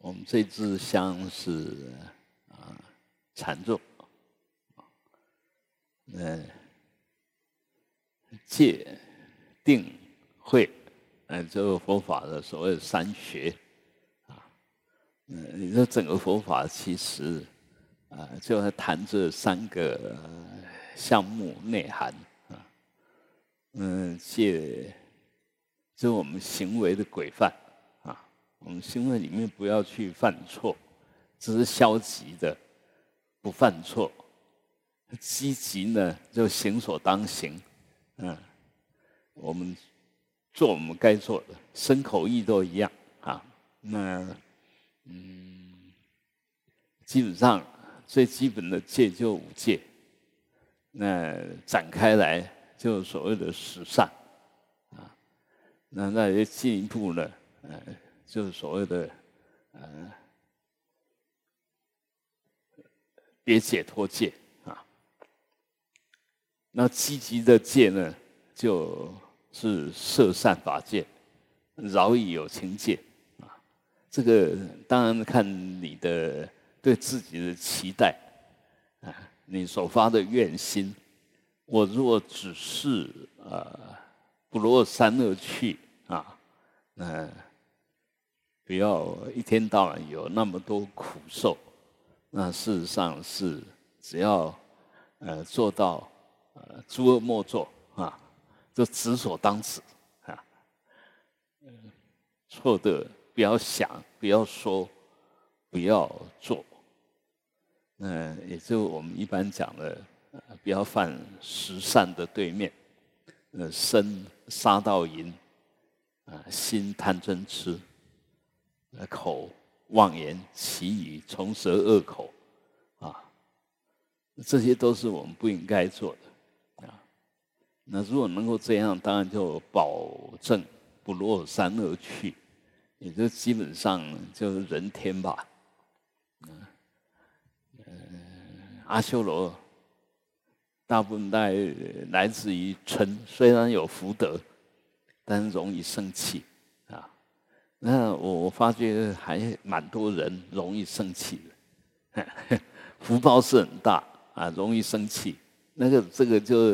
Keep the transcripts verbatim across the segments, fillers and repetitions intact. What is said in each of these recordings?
我们这支香是啊禅坐，呃，戒、定、慧，呃，这个佛法的所谓的三学啊，嗯，你说整个佛法其实啊，就在谈这三个项目内涵啊，嗯，戒就是我们行为的规范啊，我们行为里面不要去犯错，这是消极的，不犯错。积极呢，就行所当行，嗯，我们做我们该做的，身口意都一样啊。那嗯，基本上最基本的戒就五戒，那展开来就所谓的十善啊。那那些进一步呢，呃，就是所谓的呃别解脱戒。那积极的戒呢，就是摄善法戒、饶益有情戒啊。这个当然看你的对自己的期待啊，你所发的愿心。我如果只是呃不落三恶趣啊，那不要一天到晚有那么多苦受。那事实上是只要呃做到。呃，诸恶莫作啊，就知所当止啊。错的不要想，不要说，不要做。嗯、呃，也就我们一般讲的，呃，不要犯十善的对面。呃，身杀盗淫，啊、呃，心贪嗔痴，呃，口妄言绮语，从舌恶口，啊，这些都是我们不应该做的。那如果能够这样，当然就保证不落三恶趣，也就基本上就是人天吧。嗯，呃，阿修罗大部分来来自于嗔，虽然有福德，但是容易生气啊。那我我发觉还蛮多人容易生气的，福报是很大啊，容易生气。那个这个就。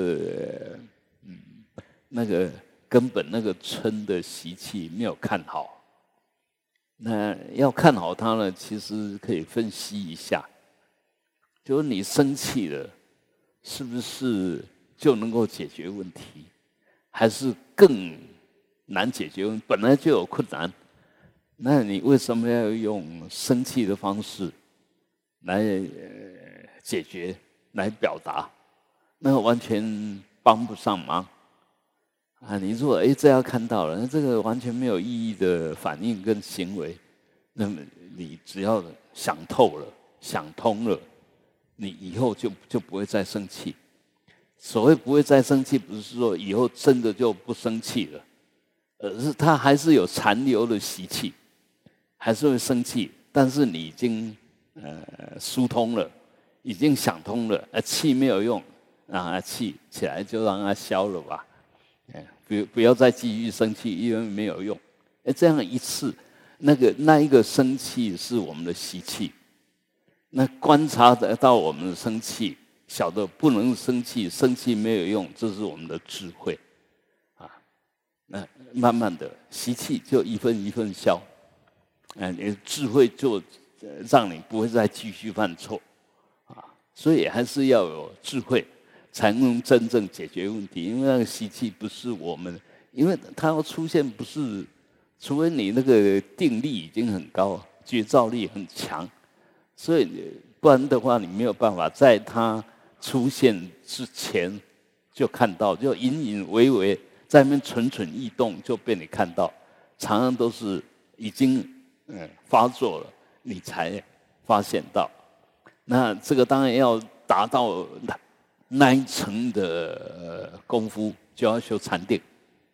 那个根本那个嗔的习气没有看好，那要看好它呢，其实可以分析一下，就是你生气了，是不是就能够解决问题，还是更难解决问题？本来就有困难，那你为什么要用生气的方式来解决、来表达？那个完全帮不上忙。啊，你如果哎这样看到了，那这个完全没有意义的反应跟行为，那么你只要想透了、想通了，你以后就就不会再生气。所谓不会再生气，不是说以后真的就不生气了，而是他还是有残留的习气，还是会生气，但是你已经呃疏通了，已经想通了，呃气没有用，让他气起来就让它消了吧。不不要再继续生气，因为没有用。哎，这样一次，那个那一个生气是我们的习气。那观察得到我们的生气，晓得不能生气，生气没有用，这是我们的智慧啊。那慢慢的习气就一分一分消，哎，你的智慧就让你不会再继续犯错啊。所以还是要有智慧。才能真正解决问题，因为那个习气不是我们，因为它要出现不是，除非你那个定力已经很高，觉照力很强，所以不然的话，你没有办法在它出现之前就看到，就隐隐微微在那边蠢蠢欲动就被你看到，常常都是已经嗯发作了，你才发现到。那这个当然要达到那一层的功夫，就要修禅定。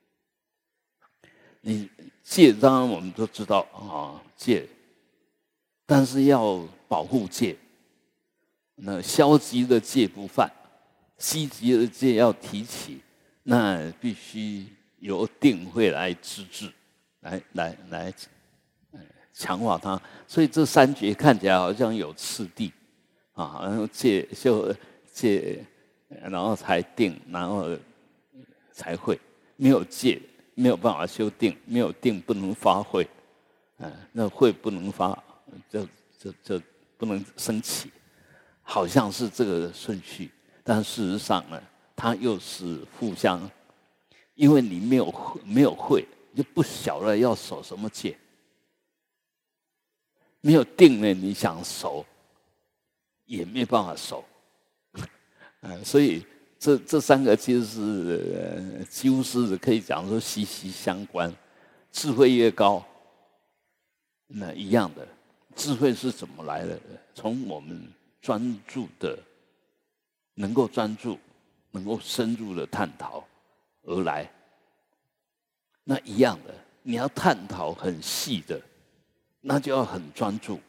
你戒，当然我们都知道啊，戒，但是要保护戒。那消极的戒不犯，积极的戒要提起，那必须由定慧来资治，来来来， 强化它。所以这三觉看起来好像有次第啊，然后戒就戒，然后才定，然后才会。没有戒没有办法修定，没有定不能发慧，嗯，那慧不能发，就就就不能升起，好像是这个顺序，但事实上呢，它又是互相，因为你没有没有慧，就不晓得要守什么戒。没有定呢，你想守也没办法守，嗯，所以这这三个其实是、呃、几乎是可以讲说息息相关。智慧越高，那一样的，智慧是怎么来的？从我们专注的，能够专注，能够深入的探讨而来。那一样的，你要探讨很细的，那就要很专注。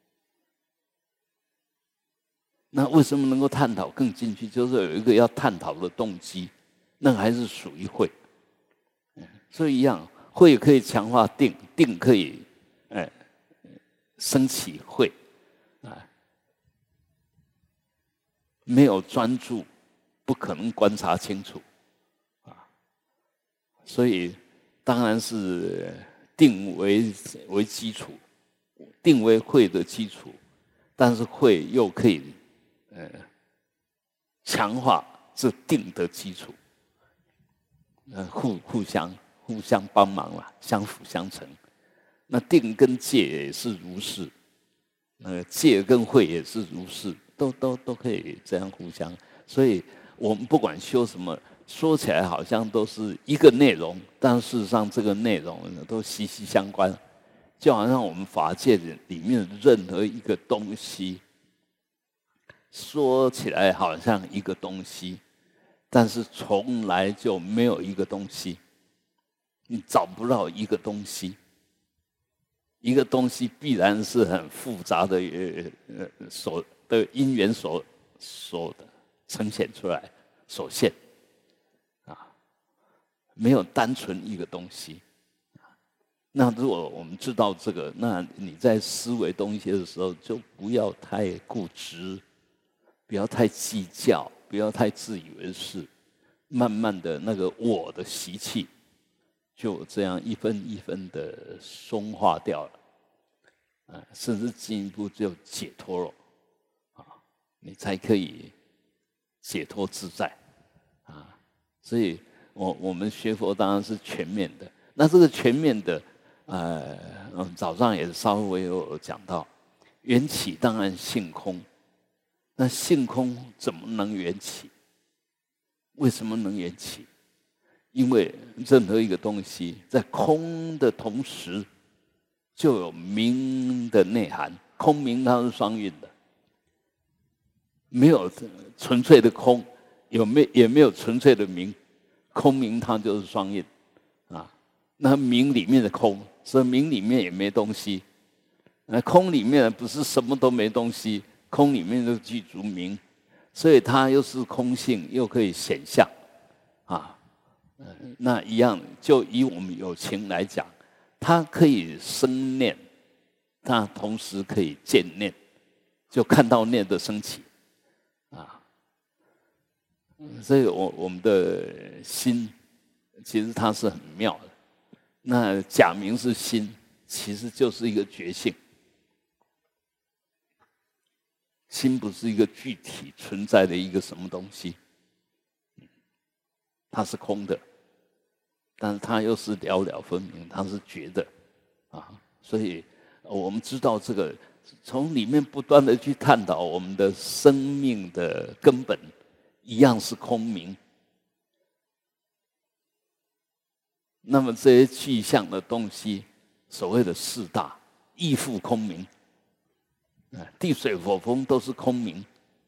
那为什么能够探讨更进去？就是有一个要探讨的动机，那还是属于慧。所以一样，慧可以强化定，定可以，哎，升起慧，啊，没有专注，不可能观察清楚，啊，所以当然是定为为基础，定为慧的基础，但是慧又可以。呃，强化这定的基础，呃，互互相互相帮忙了，相辅相成。那定跟戒也是如是，呃，戒跟慧也是如是，都都都可以这样互相。所以我们不管修什么，说起来好像都是一个内容，但事实上这个内容都息息相关。就好像我们法界里面任何一个东西。说起来好像一个东西，但是从来就没有一个东西，你找不到一个东西。一个东西必然是很复杂的呃呃所的因缘所所呈现出来所现啊，没有单纯一个东西。那如果我们知道这个，那你在思维东西的时候，就不要太固执。不要太计较，不要太自以为是，慢慢的那个我的习气，就这样一分一分的松化掉了，啊，甚至进一步就解脱了，啊，你才可以解脱自在，啊，所以我我们学佛当然是全面的，那这个全面的，呃，早上也稍微有讲到，缘起当然性空。那性空怎么能缘起？为什么能缘起？因为任何一个东西在空的同时，就有明的内涵。空明它是双运的，没有纯粹的空，有没也没有纯粹的明，空明它就是双运啊。那明里面的空，所以明里面也没东西。那空里面不是什么都没东西。空里面就具足明，所以它又是空性，又可以显相，啊，那一样，就以我们有情来讲，它可以生念，它同时可以见念，就看到念的升起，啊，所以我我们的心其实它是很妙的。那假名是心，其实就是一个觉性。心不是一个具体存在的一个什么东西，它是空的，但是它又是了了分明，它是觉的，啊，所以我们知道这个，从里面不断的去探讨我们的生命的根本，一样是空明。那么这些具象的东西，所谓的四大，亦复空明。地水火风都是空明，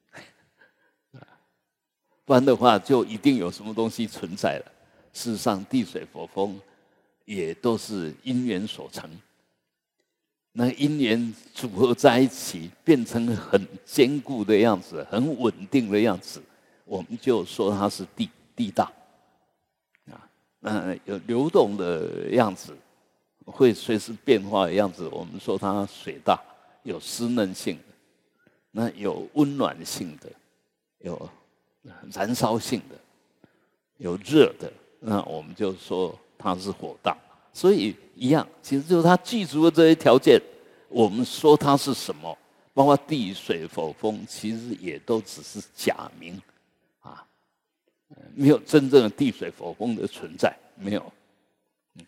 不然的话就一定有什么东西存在了。事实上，地水火风也都是因缘所成，那因缘组合在一起，变成很坚固的样子，很稳定的样子，我们就说它是地地大啊，那有流动的样子会随时变化的样子，我们说它水大，有湿嫩性的，那有温暖性的，有燃烧性的，有热的，那我们就说它是火大。所以一样，其实就是它具足了这些条件，我们说它是什么，包括地水火风，其实也都只是假名啊，没有真正的地水火风的存在，没有。嗯，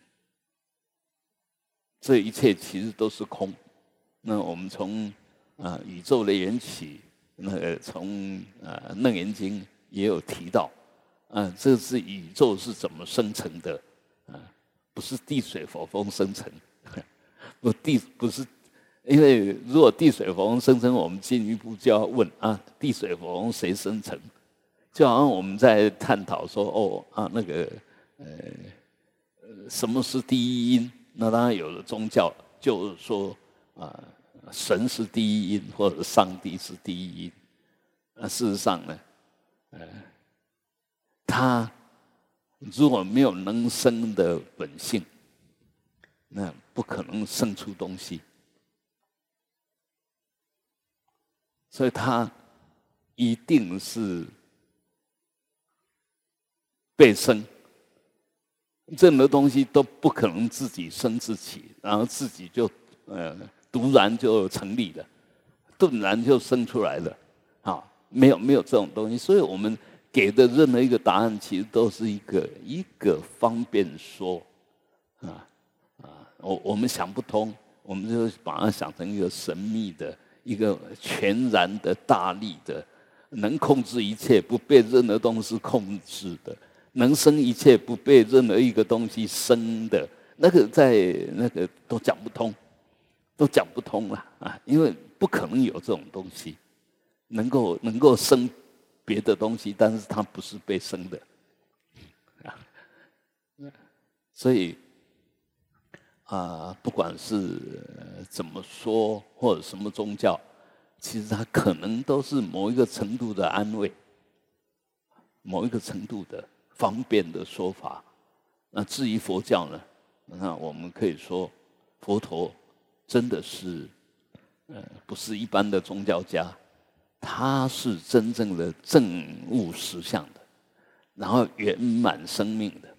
这一切其实都是空。那我们从啊、呃、宇宙的缘起，那个从啊《楞严经》也有提到，啊、呃，这是宇宙是怎么生成的啊？不是地水火风生成，不地不是，因为如果地水火风生成，我们进一步就要问啊，地水火风谁生成？就好像我们在探讨说，哦啊那个呃什么是第一因？那当然有的宗教就是说啊，神是第一因，或者上帝是第一因。那事实上呢，呃，他如果没有能生的本性，那不可能生出东西。所以他一定是被生，任何东西都不可能自己生自己，然后自己就呃突然就成立了，顿然就生出来了，啊，没有没有这种东西。所以我们给的任何一个答案，其实都是一个一个方便说，啊啊，我我们想不通，我们就把它想成一个神秘的、一个全然的、大力的，能控制一切、不被任何东西控制的，能生一切、不被任何一个东西生的，那个在那个都讲不通，都讲不通了啊！因为不可能有这种东西，能够能够生别的东西，但是它不是被生的啊。所以啊，不管是怎么说或者什么宗教，其实它可能都是某一个程度的安慰，某一个程度的方便的说法。那至于佛教呢，那我们可以说，佛陀真的是呃不是一般的宗教家，他是真正的证悟实相的，然后圆满生命的。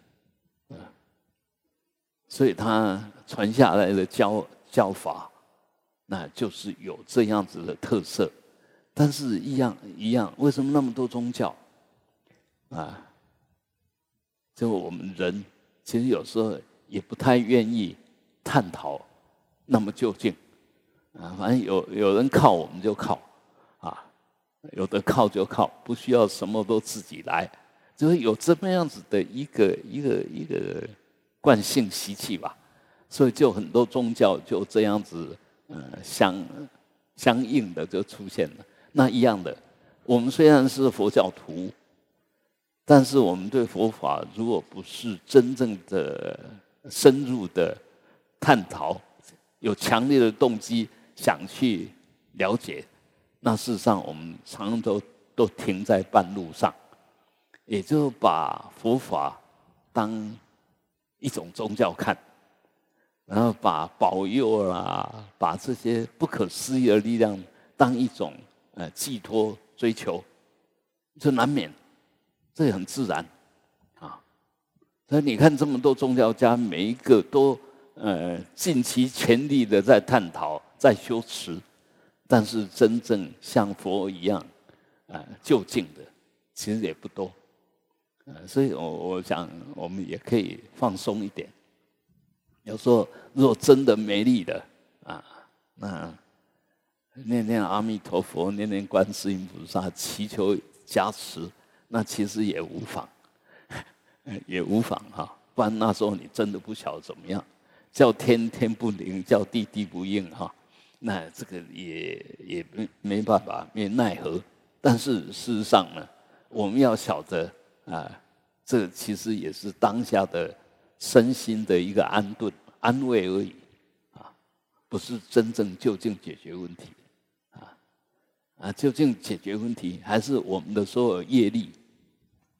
所以他传下来的教教法，那就是有这样子的特色。但是，一样一样，为什么那么多宗教啊？就我们人其实有时候也不太愿意探讨那么究竟啊。反正有有人靠我们就靠啊，有的靠就靠，不需要什么都自己来，就是有这么样子的一个一个一个惯性习气吧。所以就很多宗教就这样子呃相相应的就出现了。那一样的，我们虽然是佛教徒，但是我们对佛法如果不是真正的深入的探讨，有强烈的动机想去了解，那事实上我们常常都都停在半路上，也就把佛法当一种宗教看，然后把保佑啦，把这些不可思议的力量当一种呃寄托追求，这难免，这也很自然啊。所以你看这么多宗教家，每一个都呃尽其全力的在探讨，在修持，但是真正像佛一样啊、呃、究竟的，其实也不多。呃，所以我我想我们也可以放松一点。有时候如果真的没力了啊，那念念阿弥陀佛，念念观世音菩萨，祈求加持，那其实也无妨，也无妨哈。不然那时候你真的不晓得怎么样，叫天天不灵，叫地地不应哈。那这个也也没没办法，没奈何。但是事实上呢，我们要晓得啊，这其实也是当下的身心的一个安顿、安慰而已啊，不是真正究竟解决问题啊啊！究竟解决问题，还是我们的所有业力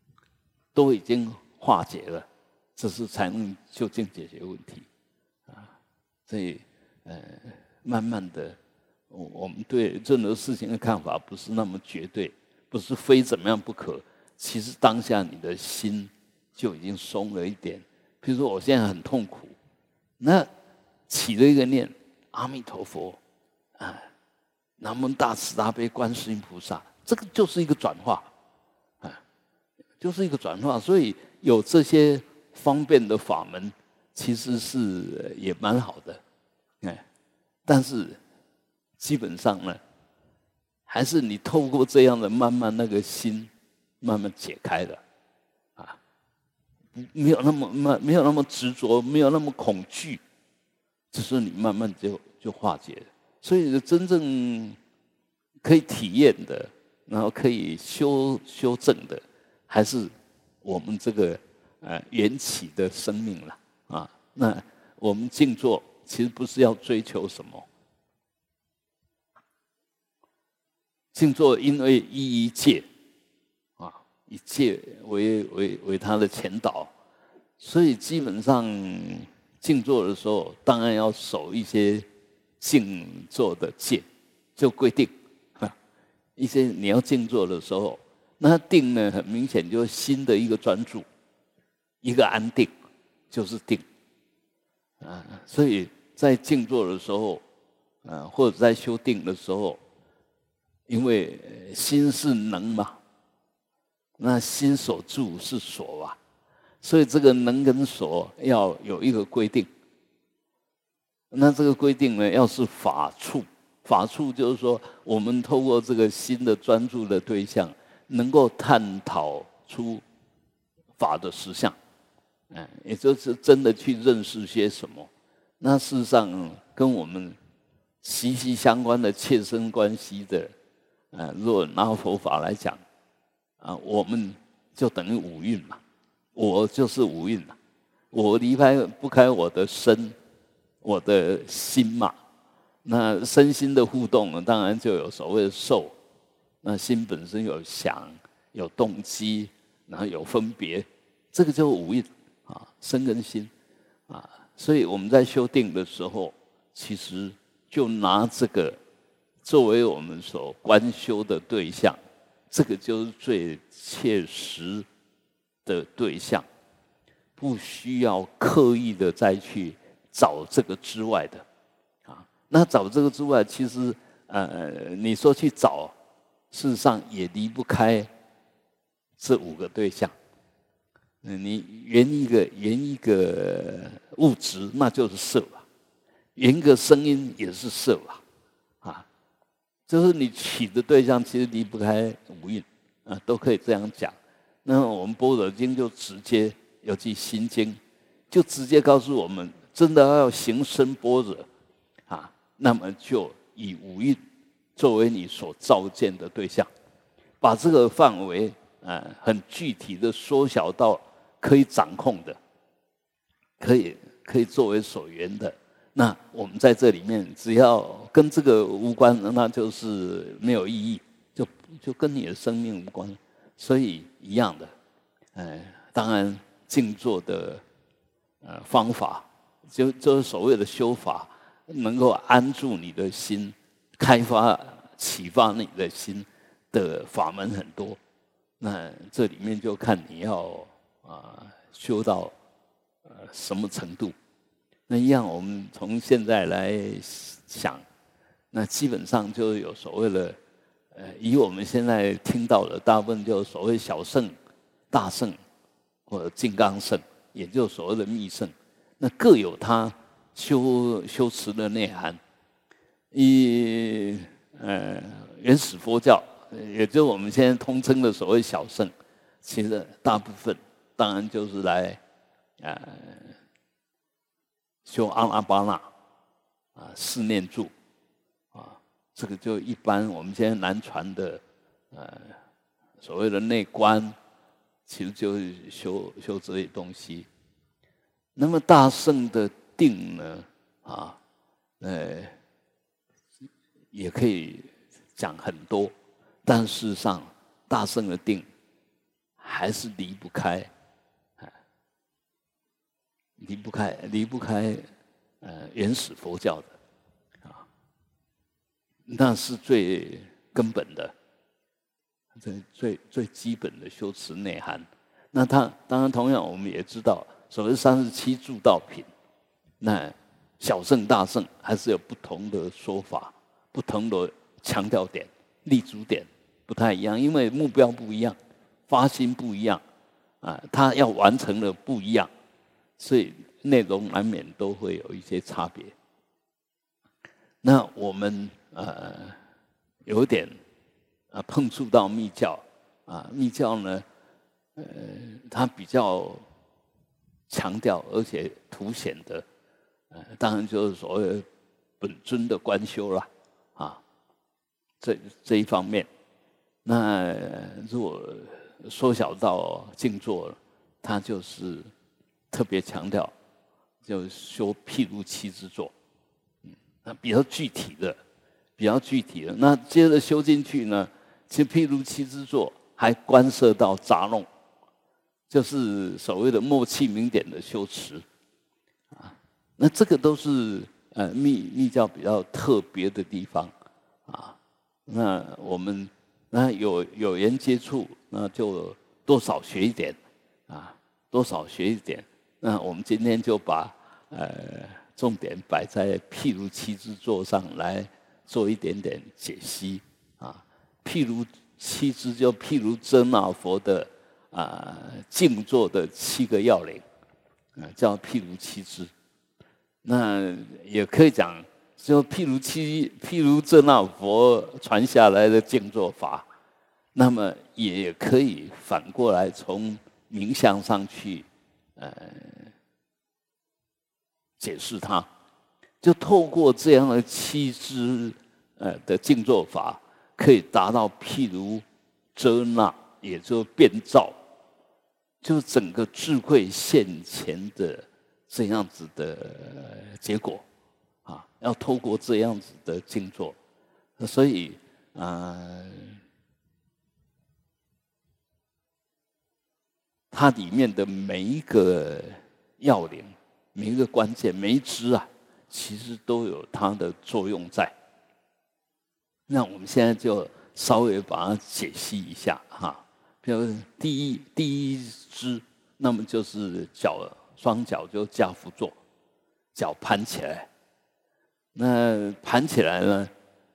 都已经化解了，这是才能究竟解决问题啊。 所以呃，慢慢的，我我们对任何事情的看法不是那么绝对，不是非怎么样不可。其实当下你的心就已经松了一点。比如说我现在很痛苦，那起了一个念，阿弥陀佛，啊，南无大慈大悲观世音菩萨，这个就是一个转化，啊，就是一个转化。所以有这些方便的法门，其实是也蛮好的，哎，但是基本上呢，还是你透过这样的慢慢那个心慢慢解开了，啊，没有那么慢，没有那么执着，没有那么恐惧，只是你慢慢就就化解了。所以真正可以体验的，然后可以修修正的，还是我们这个呃缘起的生命了啊。那我们静坐其实不是要追求什么，静坐因为依一戒啊，以戒为为为他的前导，所以基本上静坐的时候，当然要守一些静坐的戒，就规定啊，一些你要静坐的时候，那定呢，很明显就是心的一个专注，一个安定，就是定啊。所以在静坐的时候，啊，或者在修定的时候，因为心是能嘛，那心所住是所啊，所以这个能跟所要有一个规定。那这个规定呢，要是法处，法处就是说，我们透过这个心的专注的对象，能够探讨出法的实相，嗯，也就是真的去认识些什么。那事实上跟我们息息相关的、切身关系的，呃，若拿佛法来讲，啊，我们就等于五蕴嘛，我就是五蕴嘛，我离开不开我的身。我的心嘛，那身心的互动呢，当然就有所谓的受。那心本身有想、有动机，然后有分别，这个就五蕴啊，身跟心啊。所以我们在修定的时候，其实就拿这个作为我们所观修的对象，这个就是最切实的对象，不需要刻意的再去找这个之外的，啊，那找这个之外，其实呃，你说去找，事实上也离不开这五个对象。嗯，你圆一个圆一个物质，那就是色吧；圆一个声音也是色吧，啊，就是你取的对象其实离不开五蕴，啊，都可以这样讲。那我们《般若经》就直接，尤其《心经》，就直接告诉我们。真的要行深般若啊，那么就以五蕴作为你所照见的对象，把这个范围呃很具体的缩小到可以掌控的，可以可以作为所缘的。那我们在这里面，只要跟这个无关，那就是没有意义，就就跟你的生命无关。所以一样的，呃，当然静坐的呃方法。就就是所谓的修法，能够安住你的心，开发启发你的心的法门很多。那这里面就看你要啊、呃、修到呃什么程度。那一样，我们从现在来想，那基本上就有所谓的呃，以我们现在听到的大部分就是所谓小乘、大乘或者金刚乘，也就是所谓的密乘。那各有它修修持的内涵。以呃原始佛教，也就是我们现在通称的所谓小乘，其实大部分当然就是来呃修阿拉巴那啊四念住啊，这个就一般我们现在南传的呃所谓的内观，其实就是修修这些东西。那么大乘的定呢，啊，呃，也可以讲很多，但事实上，大乘的定还是离不开，啊，离不开，离不开呃原始佛教的啊，那是最根本的、最最最基本的修持内涵。那它当然同样，我们也知道，所谓三十七助道品，那小乘大乘还是有不同的说法，不同的强调点、立足点不太一样，因为目标不一样，发心不一样啊，他要完成的不一样，所以内容难免都会有一些差别。那我们呃有点啊碰触到密教啊，密教呢，呃，它比较强调而且凸显的，呃，当然就是所谓本尊的观修啦，啊，这这一方面。那如果缩小到静坐，它就是特别强调，就修譬如七支坐，嗯，那比较具体的，比较具体的。那接着修进去呢，其实譬如七支坐还关涉到杂弄，就是所谓的默契明点的修持，啊，那这个都是呃密密教比较特别的地方，啊，那我们。那有有缘接触，那就多少学一点，啊，多少学一点。那我们今天就把呃重点摆在譬如七支坐上来做一点点解析啊。譬如七支就譬如遮那佛的啊静坐的七个要领，啊叫譬如七支。那也可以讲。就譬如七，譬如遮那佛传下来的静坐法，那么也可以反过来从名相上去，呃，解释它。就透过这样的七支呃的静坐法，可以达到譬如遮那，也就变照，就整个智慧现前的这样子的结果。啊，要透过这样子的静坐，所以呃，它里面的每一个要领、每一个关键、每一支啊，其实都有它的作用在。那我们现在就稍微把它解析一下哈。比如第一第一支，那么就是脚双脚就跏趺坐，脚盘起来。那盘起来呢，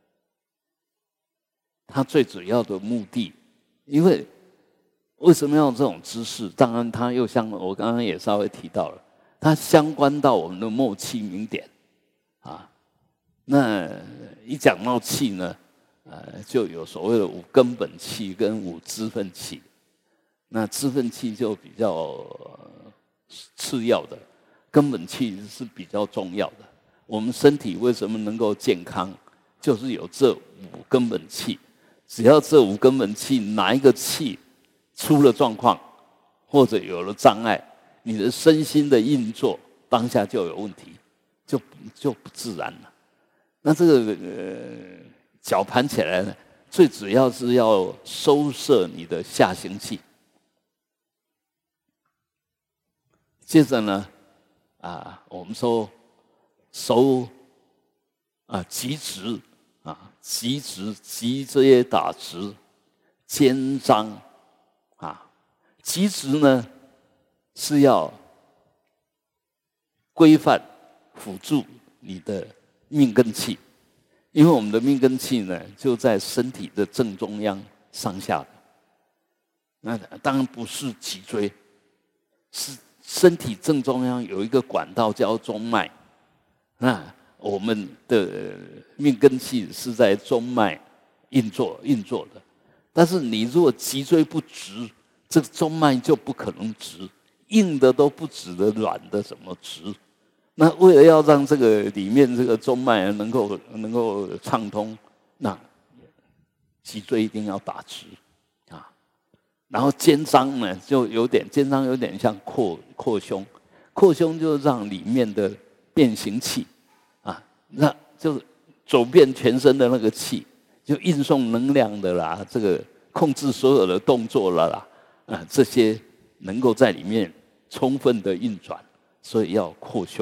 它最主要的目的，因为为什么要这种姿势？当然，它又像我刚刚也稍微提到了，它相关到我们的默契明点啊。那一讲到气呢，呃，就有所谓的五根本气跟五支分气。那支分气就比较次要的，根本气是比较重要的。我们身体为什么能够健康，就是有这五根本气。只要这五根本气哪一个气出了状况，或者有了障碍，你的身心的运作当下就有问题，就就不自然了。那这个呃脚盘起来呢，最主要是要收摄你的下行气。接着呢，啊，我们说。手啊，极直啊，极直，脊椎打直，肩张啊，极直呢是要规范辅助你的命根气，因为我们的命根气呢就在身体的正中央上下的，那当然不是脊椎，是身体正中央有一个管道叫中脉。那我们的命根气是在中脉运作运作的，但是你如果脊椎不直，这个中脉就不可能直，硬的都不直的，软的怎么直？那为了要让这个里面这个中脉能够能够畅通，那脊椎一定要打直啊。然后肩张呢，就有点肩张有点像扩扩胸，扩胸就让里面的变形气。那就是走遍全身的那个气，就运送能量的啦，这个控制所有的动作了啦，啊，这些能够在里面充分的运转，所以要扩胸。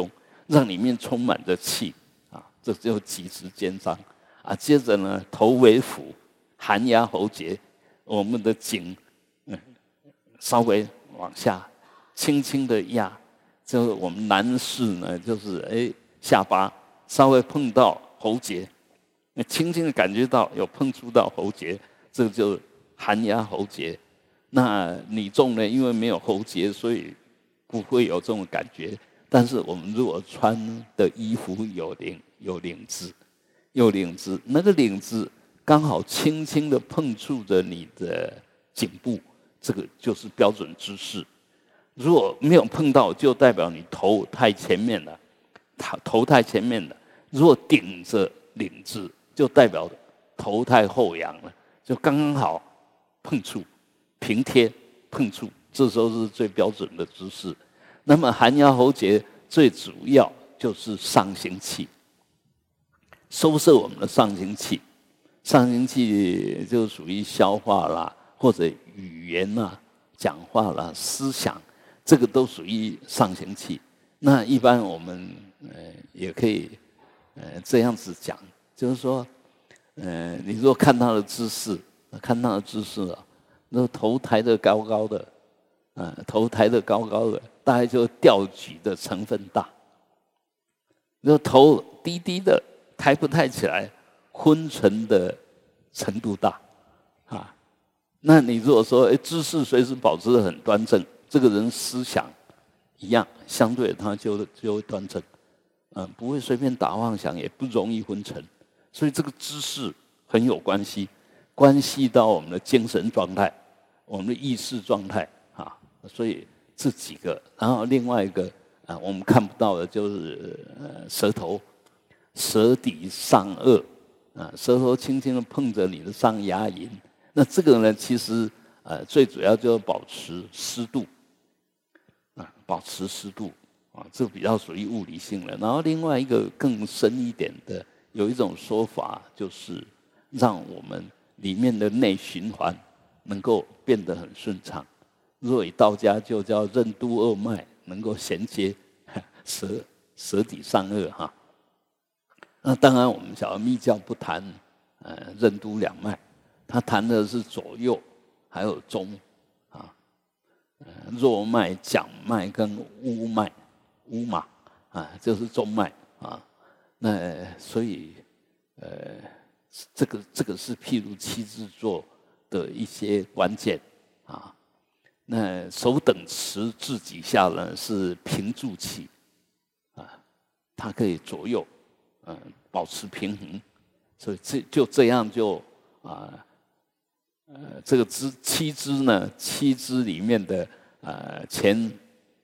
让里面充满着气啊，这就脊直肩张啊。接着呢，头为腹，含压喉结，我们的颈嗯稍微往下轻轻的压，就是我们男士呢，就是哎下巴稍微碰到喉结，轻轻的感觉到有碰触到喉结，这个就含压喉结。那女众呢，因为没有喉结，所以不会有这种感觉。但是我们如果穿的衣服有领有领子，有领子，那个领子刚好轻轻的碰触着你的颈部，这个就是标准姿势。如果没有碰到，就代表你头太前面了，头太前面了。如果顶着领子，就代表头太后仰了，就刚刚好碰触，平贴碰触，这时候是最标准的姿势。那么含压喉结最主要就是上行气，收摄我们的上行气。上行气就属于消化啦，或者语言啦、讲话啦、思想，这个都属于上行气。那一般我们呃也可以呃这样子讲，就是说，呃，你如果看他的姿势，看他的姿势啊，那头抬得高高的，啊、呃，头抬得高高的，大概就吊举的成分大。如果头低低的，抬不太起来，昏沉的程度大，啊，那你如果说哎姿势随时保持得很端正，这个人思想一样，相对他就就会端正，嗯，不会随便打妄想，也不容易昏沉。所以这个姿势很有关系，关系到我们的精神状态，我们的意识状态啊。所以这几个，然后另外一个啊，我们看不到的就是呃舌头，舌底上颚啊，舌头轻轻的碰着你的上牙龈。那这个呢，其实呃最主要就是保持湿度啊，保持湿度啊，这比较属于物理性的。然后另外一个更深一点的。有一种说法，就是让我们里面的内循环能够变得很顺畅。若以道家就叫任督二脉能够衔接舌舌底上颚哈。那当然，我们晓得密教不谈呃任督两脉，它谈的是左右还有中啊，呃弱脉、讲脉跟乌脉、乌马啊，就是中脉啊。那所以，呃，这个这个是譬如七支坐的一些关键啊。那手等持至几下呢，是平住气啊，它可以左右嗯、呃、保持平衡，所以这就这样就啊呃这个支七支呢，七支里面的呃前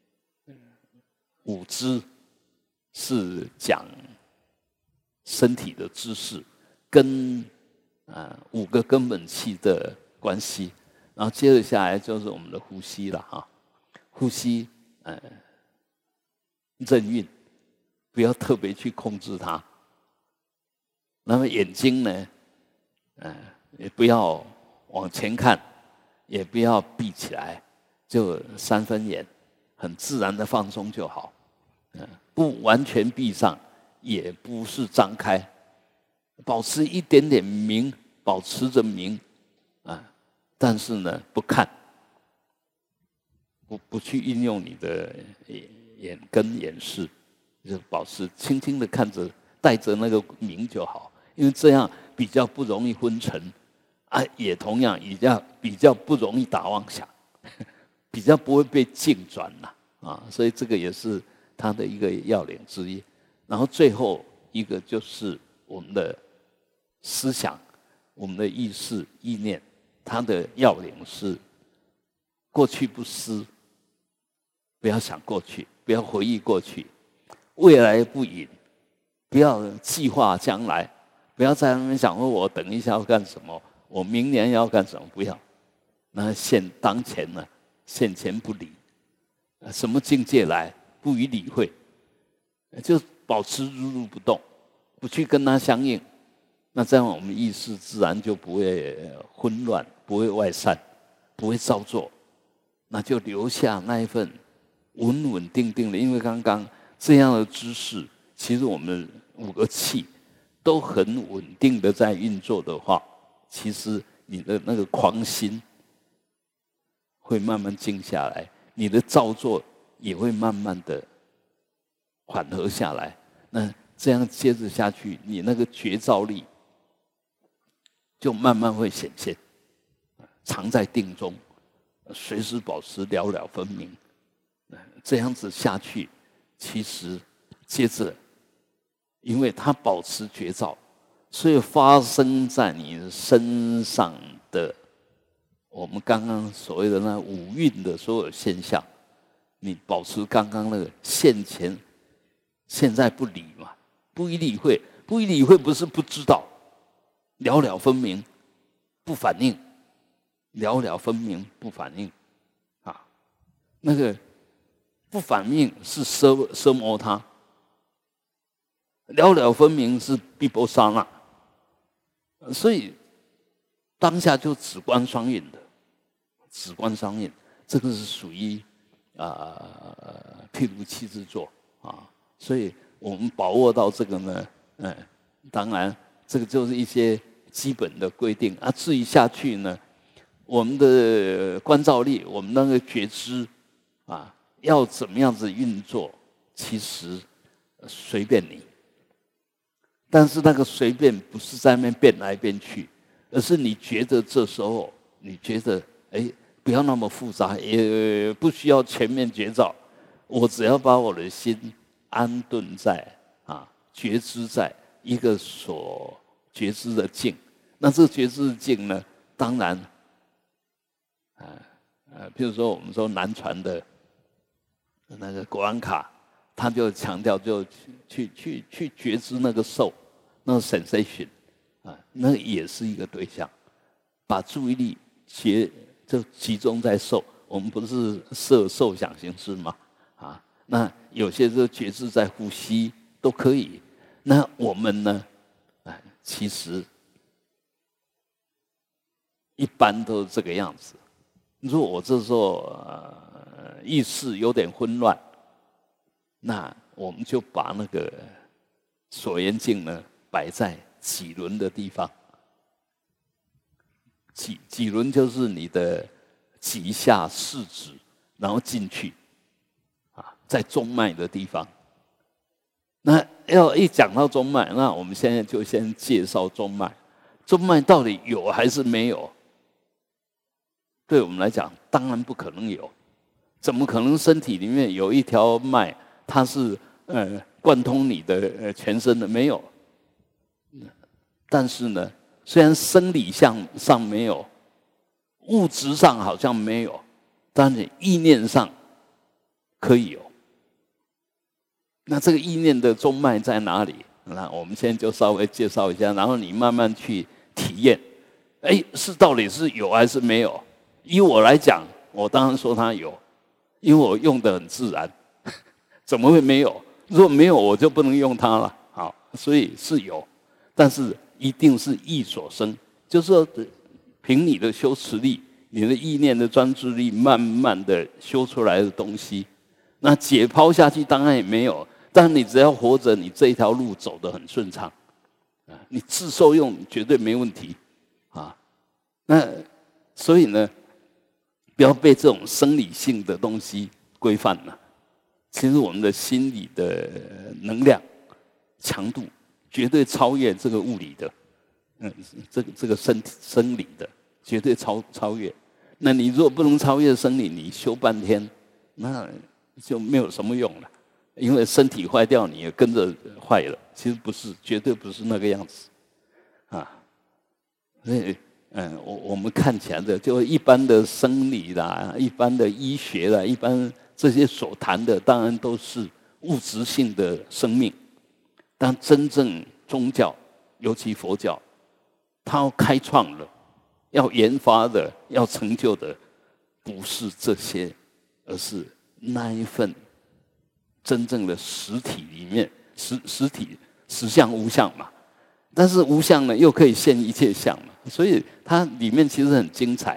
五支是讲身体的姿势跟啊、呃、五个根本气的关系，然后接着下来就是我们的呼吸了哈，呼吸呃任运，不要特别去控制它。那么眼睛呢，呃也不要往前看，也不要闭起来，就三分眼，很自然的放松就好，嗯、呃，不完全闭上。也不是张开，保持一点点明，保持着明啊，但是呢，不看，不不去运用你的眼根眼视，就保持轻轻的看着，带着那个明就好，因为这样比较不容易昏沉啊，也同样比较比较不容易打妄想，比较不会被境转了啊，所以这个也是它的一个要领之一。然后最后一个就是我们的思想，我们的意识、意念，它的要领是过去不思，不要想过去，不要回忆过去；未来不迎，不要计划将来，不要在那边想说我等一下要干什么，我明年要干什么，不要。那现当前呢，现前不理，什么境界来，不予理会，就保持如如不动，不去跟它相应，那这样我们意识自然就不会混乱，不会外散，不会造作，那就留下那一份稳稳定定的。因为刚刚这样的姿势，其实我们五个气都很稳定的在运作的话，其实你的那个狂心会慢慢静下来，你的造作也会慢慢的缓和下来。那这样接着下去，你那个觉照力就慢慢会显现，常在定中，随时保持了了分明。这样子下去，其实接着，因为它保持觉照，所以发生在你身上的我们刚刚所谓的那五蕴的所有现象，你保持刚刚那个现前现在不理嘛，不予理会，不予理会不是不知道，了了分明，不反应，了了分明不反应，啊，那个不反应是奢奢摩他，了了分明是毗婆沙那，所以当下就止观双运的，止观双运，这个是属于啊譬如七之作啊，所以我们把握到这个呢，嗯，当然这个就是一些基本的规定啊。至于下去呢，我们的观照力，我们那个觉知啊，要怎么样子运作，其实随便你。但是那个随便不是在那边变来变去，而是你觉得这时候你觉得哎，不要那么复杂，也不需要全面觉照，我只要把我的心安顿在啊觉知在一个所觉知的境。那这个觉知的境呢，当然啊呃，譬如说我们说南传的那个果安卡，他就强调就去去去觉知那个受，那个 sensation 啊，那也是一个对象，把注意力结就集中在受。我们不是色受想行识吗？啊，那有些时候觉知在呼吸都可以。那我们呢？哎，其实一般都是这个样子。如果我这时候呃意识有点混乱，那我们就把那个所缘境呢摆在几轮的地方。几几轮就是你的脊下四指，然后进去，啊，在中脉的地方。那要一讲到中脉，那我们现在就先介绍中脉。中脉到底有还是没有？对我们来讲，当然不可能有。怎么可能身体里面有一条脉，它是呃贯通你的呃全身的？没有。但是呢，虽然生理上上没有，物质上好像没有，但是意念上可以有。那这个意念的中脉在哪里？那我们现在就稍微介绍一下，然后你慢慢去体验。哎，是到底是有还是没有？以我来讲，我当然说它有，因为我用得很自然，怎么会没有？如果没有，我就不能用它了。好，所以是有，但是一定是意所生，就是说凭你的修持力、你的意念的专注力，慢慢的修出来的东西。那解剖下去当然也没有，但你只要活着，你这一条路走得很顺畅，啊，你自受用绝对没问题，啊，那所以呢，不要被这种生理性的东西规范了。其实我们的心理的能量强度绝对超越这个物理的，嗯，这个这个身体生理的绝对超超越。那你如果不能超越生理，你修半天，那就没有什么用了，因为身体坏掉，你也跟着坏了。其实不是，绝对不是那个样子，啊，所以，嗯，我我们看起来的，就一般的生理啦，一般的医学啦，一般这些所谈的，当然都是物质性的生命。但真正宗教，尤其佛教，它要开创的、要研发的、要成就的，不是这些，而是那一份真正的实体里面，实实体实相无相嘛。但是无相呢，又可以现一切相嘛，所以它里面其实很精彩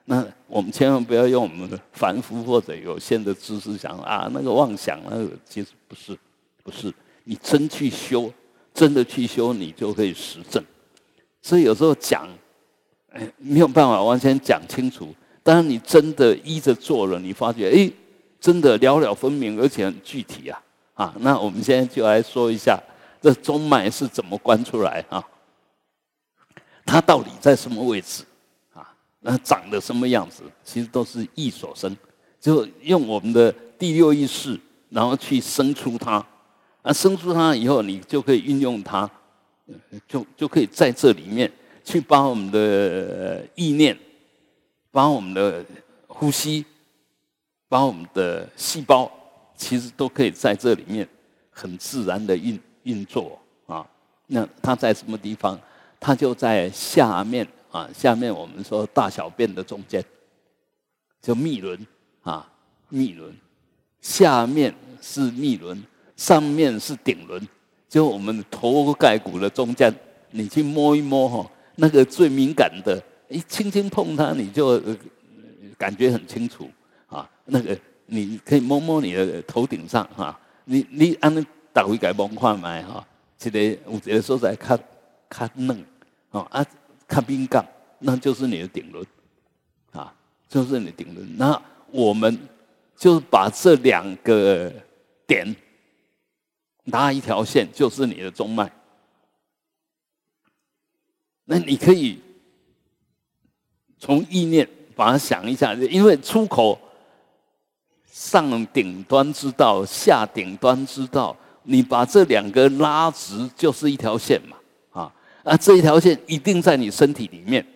那我们千万不要用我们的凡夫或者有限的知识想啊，那个妄想，那个其实不是，不是。你真去修，真的去修，你就可以实证。所以有时候讲，哎，没有办法完全讲清楚。当然，你真的依着做了，你发觉，哎，真的了了分明，而且很具体啊！啊，那我们现在就来说一下，这中脉是怎么观出来啊？它到底在什么位置？啊，那长得什么样子？其实都是意所生，就用我们的第六意识，然后去生出它。啊，生出它以后，你就可以运用它，就就可以在这里面去把我们的意念，把我们的呼吸，把我们的细胞，其实都可以在这里面很自然的运运作啊。那它在什么地方？它就在下面啊，下面我们说大小便的中间，就泌轮啊，泌轮，下面是泌轮。上面是顶轮，就我们头盖骨的中间，你去摸一摸哈，那个最敏感的，一轻轻碰它，你就感觉很清楚啊。那个你可以摸摸你的头顶上哈，你你按那打回改摸看卖哈，这个有一个所在较较嫩哦啊，较敏感，那就是你的顶轮啊，就是你的顶轮。那我们就把这两个点。拉一条线就是你的中脉，那你可以从意念把它想一下，因为出口上顶端之道，下顶端之道，你把这两个拉直就是一条线嘛，啊，啊这一条线一定在你身体里面，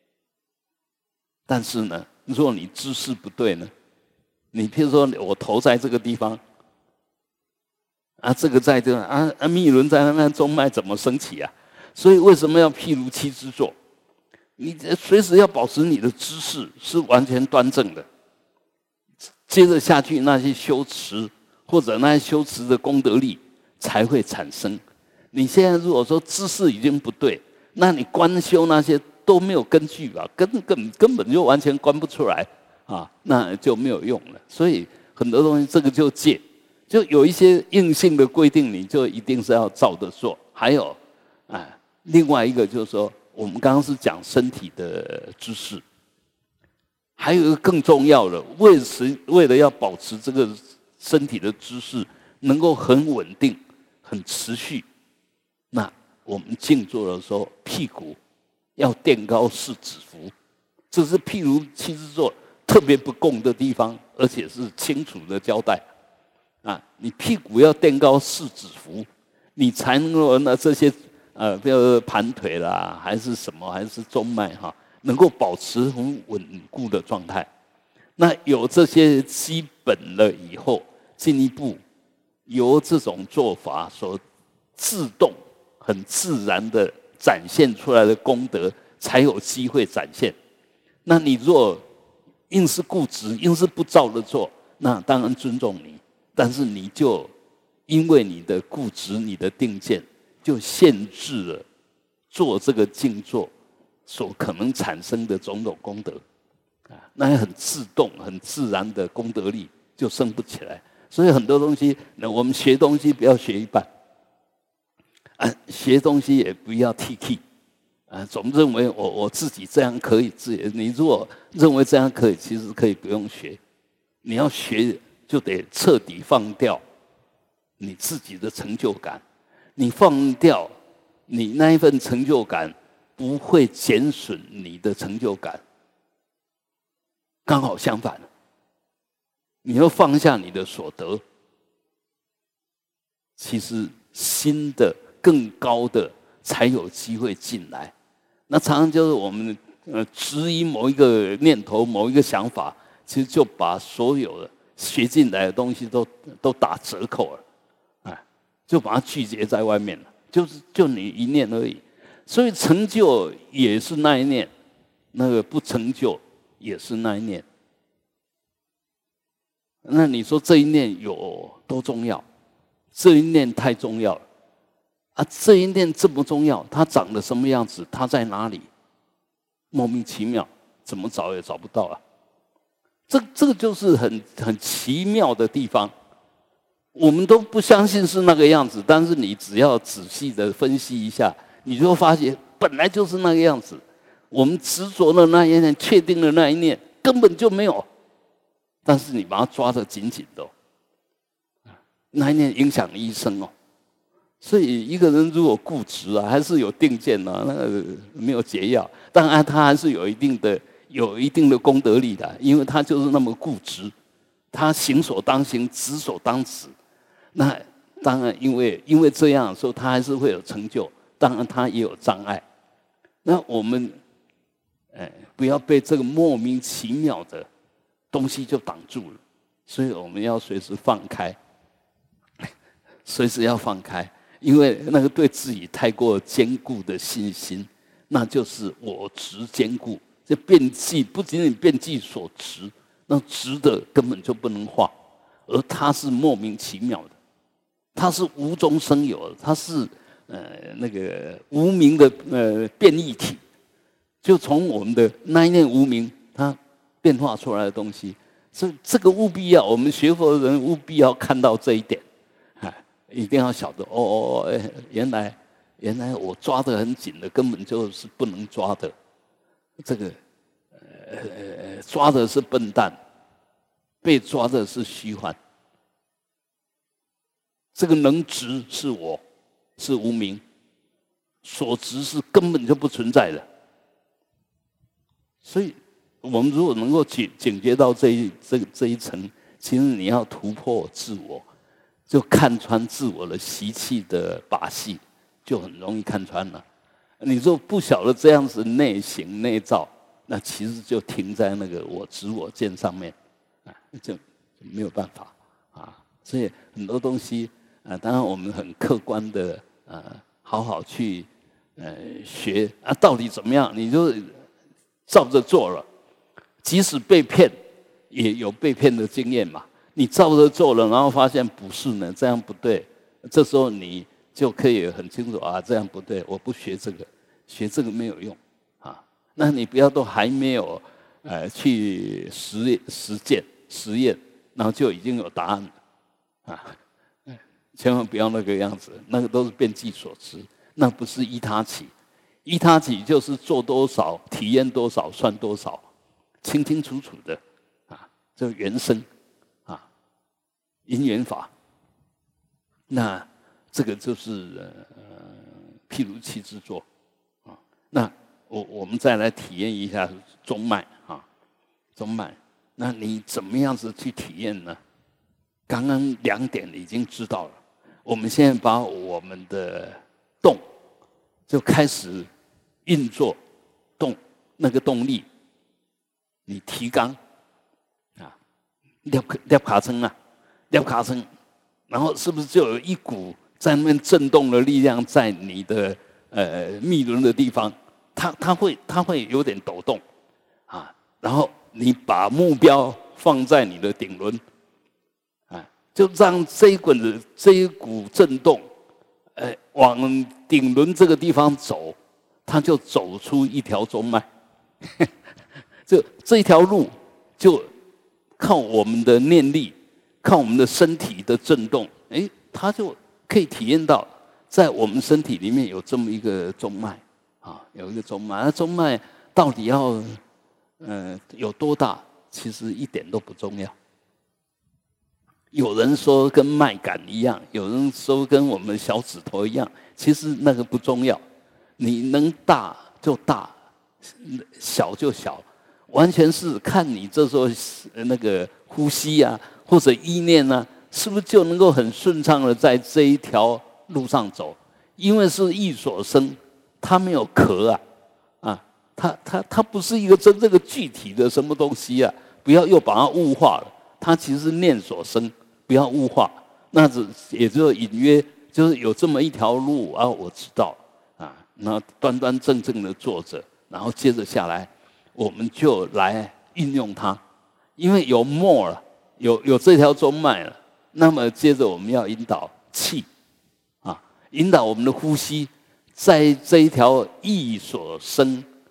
但是呢，如果你姿势不对呢，你譬如说我头在这个地方。啊，这个在这啊啊，密轮在那边，中脉怎么升起啊？所以为什么要譬如七支坐？你随时要保持你的姿势是完全端正的。接着下去那些修持或者那些修持的功德力才会产生。你现在如果说姿势已经不对，那你观修那些都没有根据吧？根根根本就完全观不出来啊，那就没有用了。所以很多东西这个就戒。就有一些硬性的规定，你就一定是要照着做。还有，啊，另外一个就是说，我们刚刚是讲身体的姿势，还有一个更重要的，为持为了要保持这个身体的姿势能够很稳定、很持续，那我们静坐的时候，屁股要垫高四指幅，这是譬如七支坐特别不共的地方，而且是清楚的交代。啊，你屁股要垫高四指幅，你才能够那这些呃，比如说盘腿啦，还是什么，还是中脉哈，能够保持很稳固的状态。那有这些基本了以后，进一步由这种做法所自动、很自然的展现出来的功德，才有机会展现。那你若硬是固执，硬是不照着做，那当然尊重你。但是你就因为你的固执、你的定见，就限制了做这个静坐所可能产生的种种功德啊，那很自动、很自然的功德力就升不起来。所以很多东西，那我们学东西不要学一半，啊，学东西也不要 T K， 啊，总认为我我自己这样可以自己。你如果认为这样可以，其实可以不用学。你要学。就得彻底放掉你自己的成就感，你放掉你那一份成就感，不会减损你的成就感。刚好相反，你要放下你的所得，其实新的更高的才有机会进来。那常常就是我们呃质疑某一个念头、某一个想法，其实就把所有的学进来的东西都都打折扣了，哎，就把它拒绝在外面了，就是就你一念而已。所以成就也是那一念，那个不成就也是那一念。那你说这一念有多重要？这一念太重要了啊！这一念这么重要，它长得什么样子？它在哪里？莫名其妙， 怎么找也找不到啊。这这个就是很很奇妙的地方。我们都不相信是那个样子，但是你只要仔细的分析一下，你就发现本来就是那个样子。我们执着的那一念，确定的那一念，根本就没有。但是你把它抓得紧紧的、哦，那一念影响一生哦。所以一个人如果固执啊，还是有定见啊，那个没有解药。当然他还是有一定的有一定的功德力的，因为他就是那么固执，他行所当行，止所当止。那当然，因为因为这样，所以他还是会有成就。当然，他也有障碍。那我们，哎，不要被这个莫名其妙的东西就挡住了。所以我们要随时放开，随时要放开。因为那个对自己太过坚固的信心，那就是我执坚固。这遍计不仅仅遍计所执，那执的根本就不能化，而它是莫名其妙的，它是无中生有的，它是呃那个无名的呃变异体，就从我们的那一念无名，它变化出来的东西。所以这个务必要，我们学佛的人务必要看到这一点。一定要晓得哦哦哦，原来原来我抓得很紧的，根本就是不能抓的。这个呃抓的是笨蛋，被抓的是虚幻。这个能执是我，是无明，所执是根本就不存在的。所以，我们如果能够警警觉到这一这这一层，其实你要突破自我。就看穿自我的习气的把戏，就很容易看穿了。你如果不晓得这样子内行内造，那其实就停在那个我执我见上面，啊，就没有办法啊。所以很多东西啊，当然我们很客观的呃，好好去呃学啊，到底怎么样，你就照着做了，即使被骗，也有被骗的经验嘛。你照着做了，然后发现不是呢，这样不对。这时候你就可以很清楚啊，这样不对，我不学这个，学这个没有用啊。那你不要都还没有呃去实实践实验，然后就已经有答案了啊！千万不要那个样子，那个都是遍计所知，那不是依他起，依他起就是做多少体验多少算多少，清清楚楚的啊，这原生。因缘法，那这个就是呃譬如气之作啊。那我我们再来体验一下中脉啊，中脉。那你怎么样子去体验呢？刚刚两点已经知道了，我们现在把我们的动就开始运作动那个动力，你提肛啊，廖廖卡称啊。廖卡声，然后是不是就有一股在那边震动的力量在你的呃密轮的地方，它它会它会有点抖动啊，然后你把目标放在你的顶轮啊，就让这一股的这一股震动，呃，往顶轮这个地方走，它就走出一条中脉，就这一条路就靠我们的念力。看我们的身体的震动，哎，他就可以体验到，在我们身体里面有这么一个中脉啊，有一个中脉。那中脉到底要呃有多大？其实一点都不重要。有人说跟脉感一样，有人说跟我们小指头一样，其实那个不重要。你能大就大，小就小，完全是看你这时候那个呼吸啊。或者意念呢、啊，是不是就能够很顺畅的在这一条路上走？因为是意所生，它没有壳啊，啊，它它它不是一个真正的具体的什么东西啊！不要又把它物化了，它其实是念所生，不要物化。那只也就隐约就是有这么一条路啊，我知道啊，那端端正正的坐着，然后接着下来，我们就来运用它，因为有 more 了。有有这条中脉了，那么接着我们要引导气，啊，引导我们的呼吸，在这一条意所生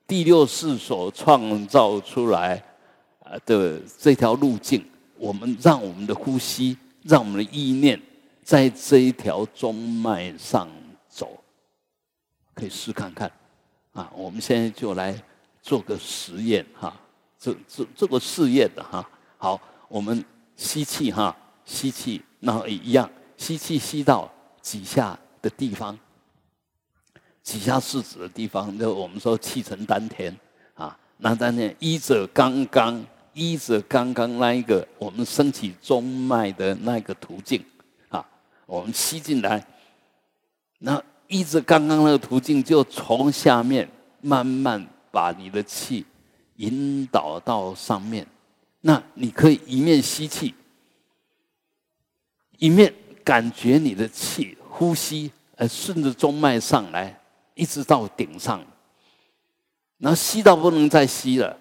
第六世所创造出来的这条路径，我们让我们的呼吸，让我们的意念在这一条中脉上走，可以试看看啊！我们现在就来做个实验哈，这这这个试验的哈。好，我们吸气哈，吸气，然后一样，吸气吸到几下的地方，几下是指的地方，就我们说气沉丹田啊，那丹田依着刚刚。依着刚刚那一个我们升起中脉的那个途径啊，我们吸进来，那依着刚刚那个途径，就从下面慢慢把你的气引导到上面。那你可以一面吸气，一面感觉你的气呼吸，呃，顺着中脉上来，一直到顶上，然后吸到不能再吸了。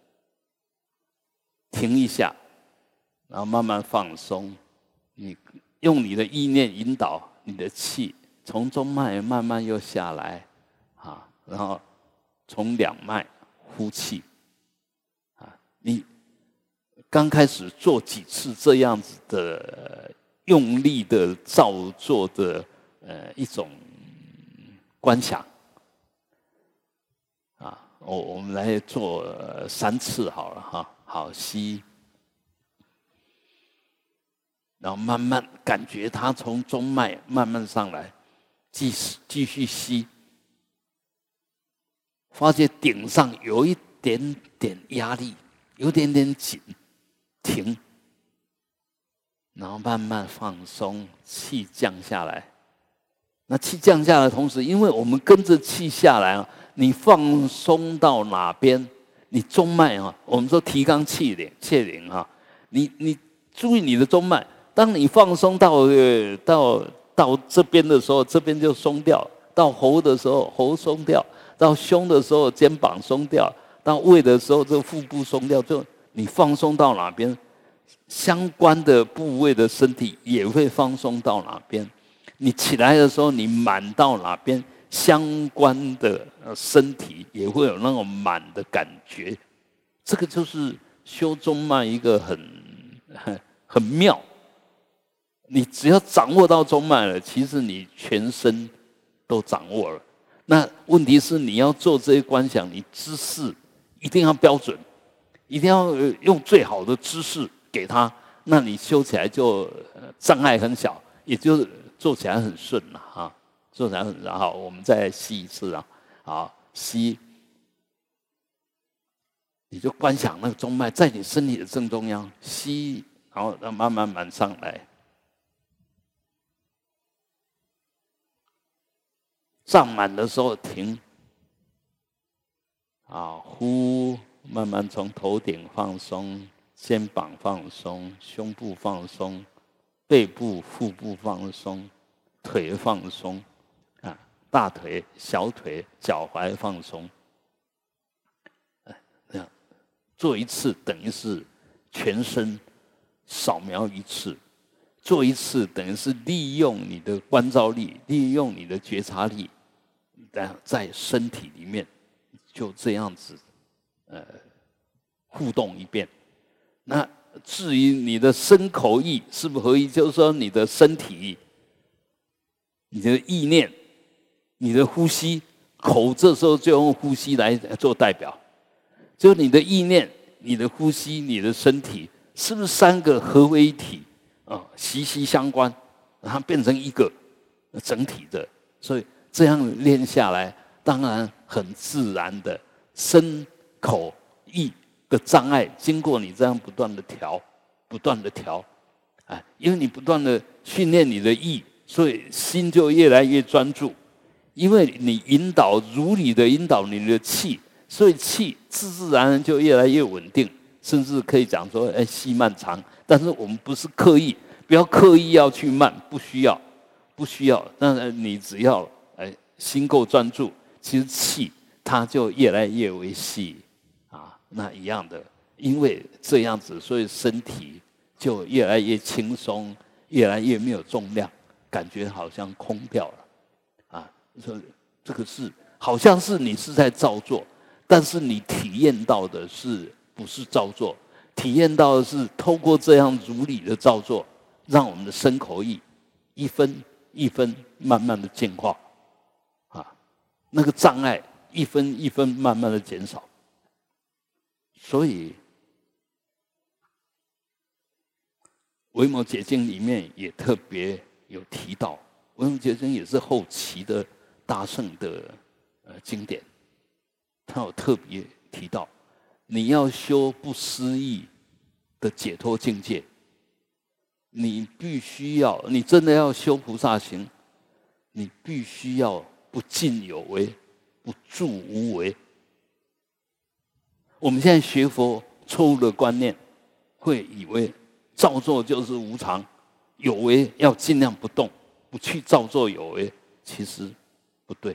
停一下，然后慢慢放松。你用你的意念引导你的气，从中脉慢慢又下来，啊，然后从两脉呼气，啊，你刚开始做几次这样子的用力的照做的呃一种观想，啊，我我们来做三次好了哈。好，吸，然后慢慢感觉它从中脉慢慢上来，继继续吸，发觉顶上有一点点压力，有点点紧，停，然后慢慢放松，气降下来。那气降下来的同时，因为我们跟着气下来啊，你放松到哪边？你中脉啊，我们说提纲挈领，挈领啊，你你注意你的中脉。当你放松到呃到到这边的时候，这边就松掉；到喉的时候，喉松掉；到胸的时候，肩膀松掉；到胃的时候，这个腹部松掉。就你放松到哪边，相关的部位的身体也会放松到哪边。你起来的时候，你满到哪边？相关的身体也会有那种满的感觉，这个就是修中脉一个很很很妙。你只要掌握到中脉了，其实你全身都掌握了。那问题是你要做这些观想，你姿势一定要标准，一定要用最好的姿势给他，那你修起来就障碍很小，也就是做起来很顺了哈。做起来很然后我们再吸一次啊，好吸，你就观想那个中脉在你身体的正中央，吸，然后慢慢满上来，胀满的时候停，啊，呼，慢慢从头顶放松，肩膀放松，胸部放松，背部、腹部放松，腿放松。大腿、小腿、脚踝放松，这样做一次等于是全身扫描一次，做一次等于是利用你的观照力，利用你的觉察力，在身体里面就这样子呃互动一遍。那至于你的身口意是不是合一，就是说你的身体、你的意念。你的呼吸，口这时候就用呼吸来做代表，就你的意念、你的呼吸、你的身体，是不是三个合为一体啊？息息相关，然后变成一个整体的。所以这样练下来，当然很自然的，身口意的障碍，经过你这样不断的调、不断的调，哎，因为你不断的训练你的意，所以心就越来越专注。因为你引导如理的引导你的气，所以气自自然然就越来越稳定，甚至可以讲说，哎，细慢长。但是我们不是刻意，不要刻意要去慢，不需要，不需要。那你只要哎心够专注，其实气它就越来越为细啊。那一样的，因为这样子，所以身体就越来越轻松，越来越没有重量，感觉好像空掉了。说这个是好像是你是在照做， 但是你体验到的是不是造作？体验到的是透过这样如理的造作，让我们的身口意一分一分慢慢的净化，啊，那个障碍一分一分慢慢的减少。所以维摩诘经里面也特别有提到，维摩诘经也是后期的大乘的呃经典，他有特别提到，你要修不思议的解脱境界，你必须要，你真的要修菩萨行，你必须要不尽有为，不住无为。我们现在学佛错误的观念，会以为造作就是无常，有为要尽量不动，不去造作有为，其实不对。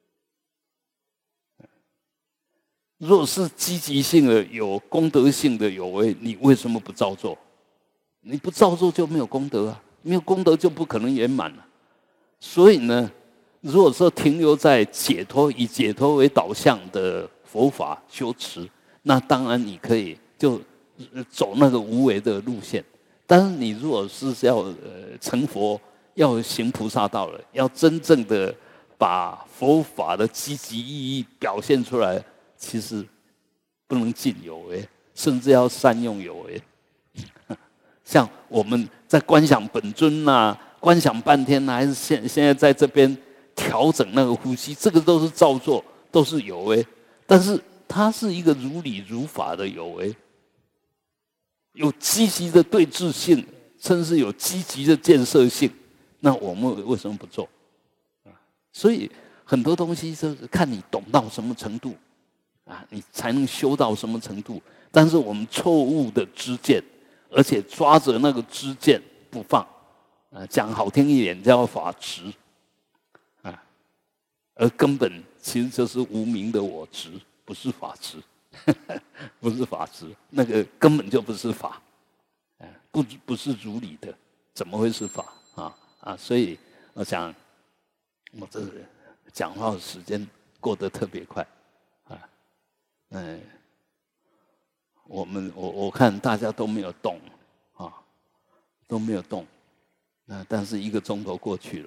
若是积极性的、有功德性的有为，你为什么不造作？你不造作就没有功德啊，没有功德就不可能圆满了。所以呢，如果说停留在解脱，以解脱为导向的佛法修持，那当然你可以就走那个无为的路线。但是你如果是要呃成佛，要行菩萨道了，要真正的把佛法的积极意义表现出来，其实不能尽有为，甚至要善用有为。像我们在观想本尊啊，观想半天啊，还是现现在在这边调整那个呼吸，这个都是造作，都是有为。但是它是一个如理如法的有为，有积极的对峙性，甚至有积极的建设性。那我们为什么不做？所以很多东西就是看你懂到什么程度啊，你才能修到什么程度。但是我们错误的知见，而且抓着那个知见不放，啊，讲好听一点叫法执，啊，而根本其实就是无明的我执，不是法执，不是法执，那个根本就不是法，啊，不不是如理的，怎么会是法啊啊？所以我想，我这讲话的时间过得特别快，啊，嗯。我们我我看大家都没有动啊，都没有动，那但是一个钟头过去了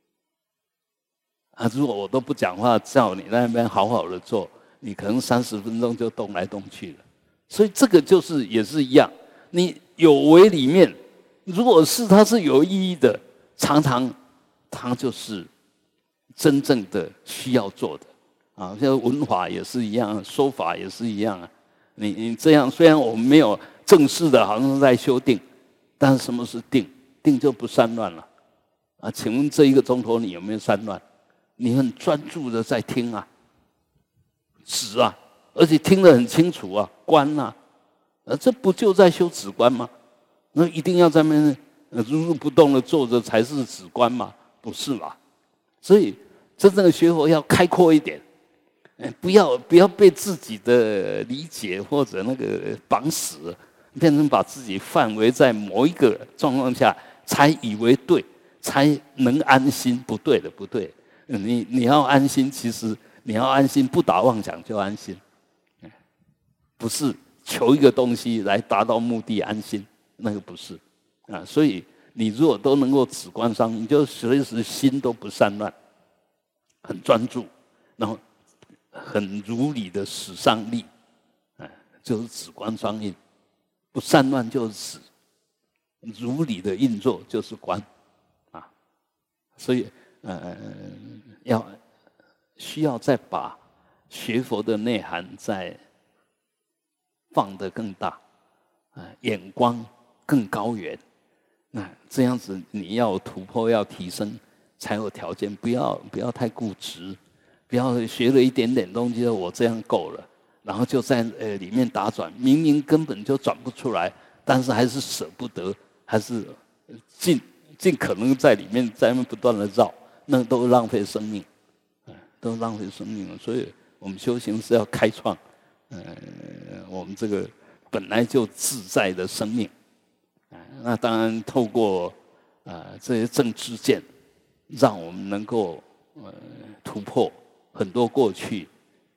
啊！如果我都不讲话，叫你在那边好好的做，你可能三十分钟就动来动去了。所以这个就是也是一样，你有为里面，如果是它是有意义的，常常它就是真正的需要做的啊。像文法也是一样，说法也是一样啊。你你这样，虽然我们没有正式的，好像是在修定，但是什么是定？定就不散乱了啊！请问这一个钟头你有没有散乱？你很专注的在听啊，止啊，而且听得很清楚啊，观啊，呃，这不就在修止观吗？那一定要在那边如如不动的坐着才是止观吗？不是吧？所以真正的学佛要开阔一点。不要不要被自己的理解或者那个绑死，变成把自己范围在某一个状况下才以为对，才能安心。不对的，不对。你你要安心，其实你要安心，不打妄想就安心，不是求一个东西来达到目的安心，那个不是啊。所以你如果都能够止观伤，你就随时心都不散乱，很专注，然后。很如理的使上力，哎，就是止观双运，不散乱就是止，如理的运作就是观，啊，所以呃要需要再把学佛的内涵再放得更大，啊，眼光更高远，那这样子你要突破要提升才有条件，不要不要太固执。不要学了一点点东西，我这样够了，然后就在呃里面打转，明明根本就转不出来，但是还是舍不得，还是尽尽可能在里面在那边不断的绕，那都浪费生命，都浪费生命了。所以我们修行是要开创，呃，我们这个本来就自在的生命，那当然透过啊这些正知见，让我们能够呃突破。很多过去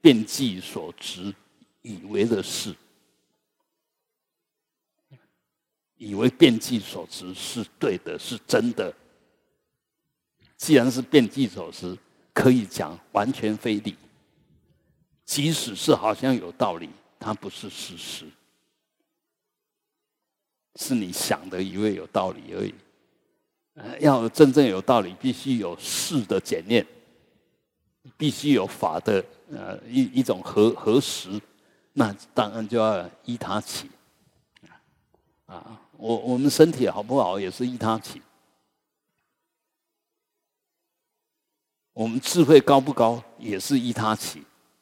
遍计所执，以为的事，以为遍计所执是对的，是真的。既然是遍计所执，可以讲完全非理。即使是好像有道理，它不是事实，是你想的以为有道理而已。呃、要真正有道理，必须有事的检验，必须有法的呃一一种核核实，那当然就要依他起。啊，我我们身体好不好也是依他起，我们智慧高不高也是依他起。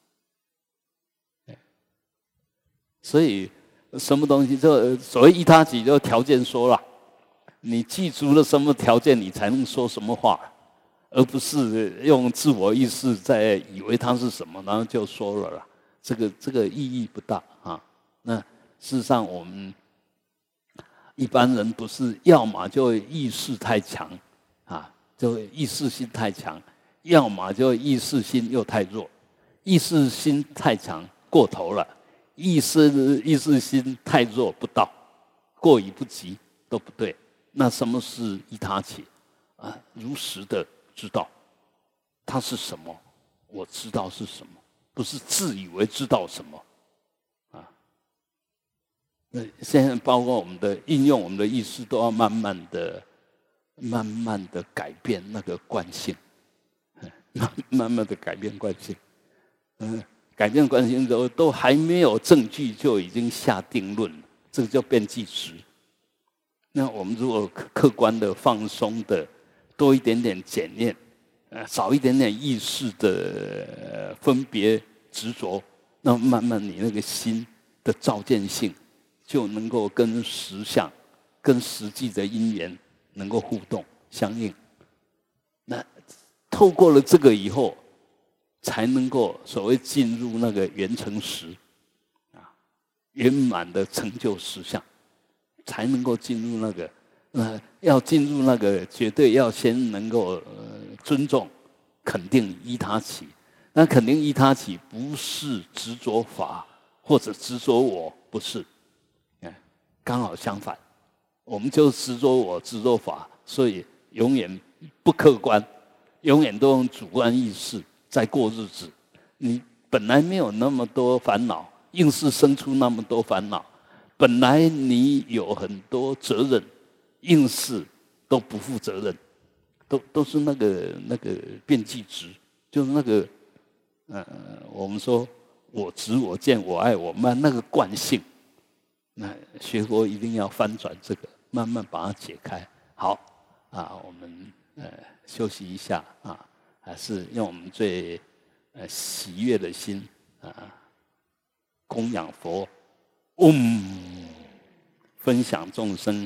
所以什么东西就所谓依他起，就条件说了，你记住了什么条件，你才能说什么话，而不是用自我意识在以为它是什么，然后就说了啦。这个这个意义不大啊。那事实上，我们一般人不是，要么就意识太强啊，就意识心太强；要么就意识心又太弱。意识心太强过头了。意识意识心太弱不到，过于不及都不对。那什么是依他起啊？如实的知道它是什么，我知道是什么，不是自以为知道什么啊。那现在包括我们的应用，我们的意识都要慢慢的、慢慢的改变那个惯性，慢慢的改变惯性，嗯。改变关系之后，都还没有证据就已经下定论，这个叫遍计执。那我们如果客观的、放松的，多一点点检验，呃，少一点点意识的分别执着，那慢慢你那个心的照见性就能够跟实相、跟实际的因缘能够互动相应。那透过了这个以后，才能够所谓进入那个圆成实啊，圆满的成就实相，才能够进入那个。呃，要进入那个，绝对要先能够、呃、尊重、肯定依他起。那肯定依他起，不是执着法或者执着我，不是，刚好相反，我们就执着我、执着法，所以永远不客观，永远都用主观意识在过日子。你本来没有那么多烦恼，硬是生出那么多烦恼；本来你有很多责任，硬是都不负责任，都都是那个那个遍计执，就是那个呃，我们说我执我见我爱我慢那个惯性。那学佛一定要翻转这个，慢慢把它解开。好啊，我们呃休息一下啊，还是用我们最呃喜悦的心啊，供养佛，嗯，分享众生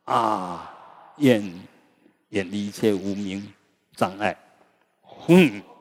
啊，愿远离一切无明障碍，嗯。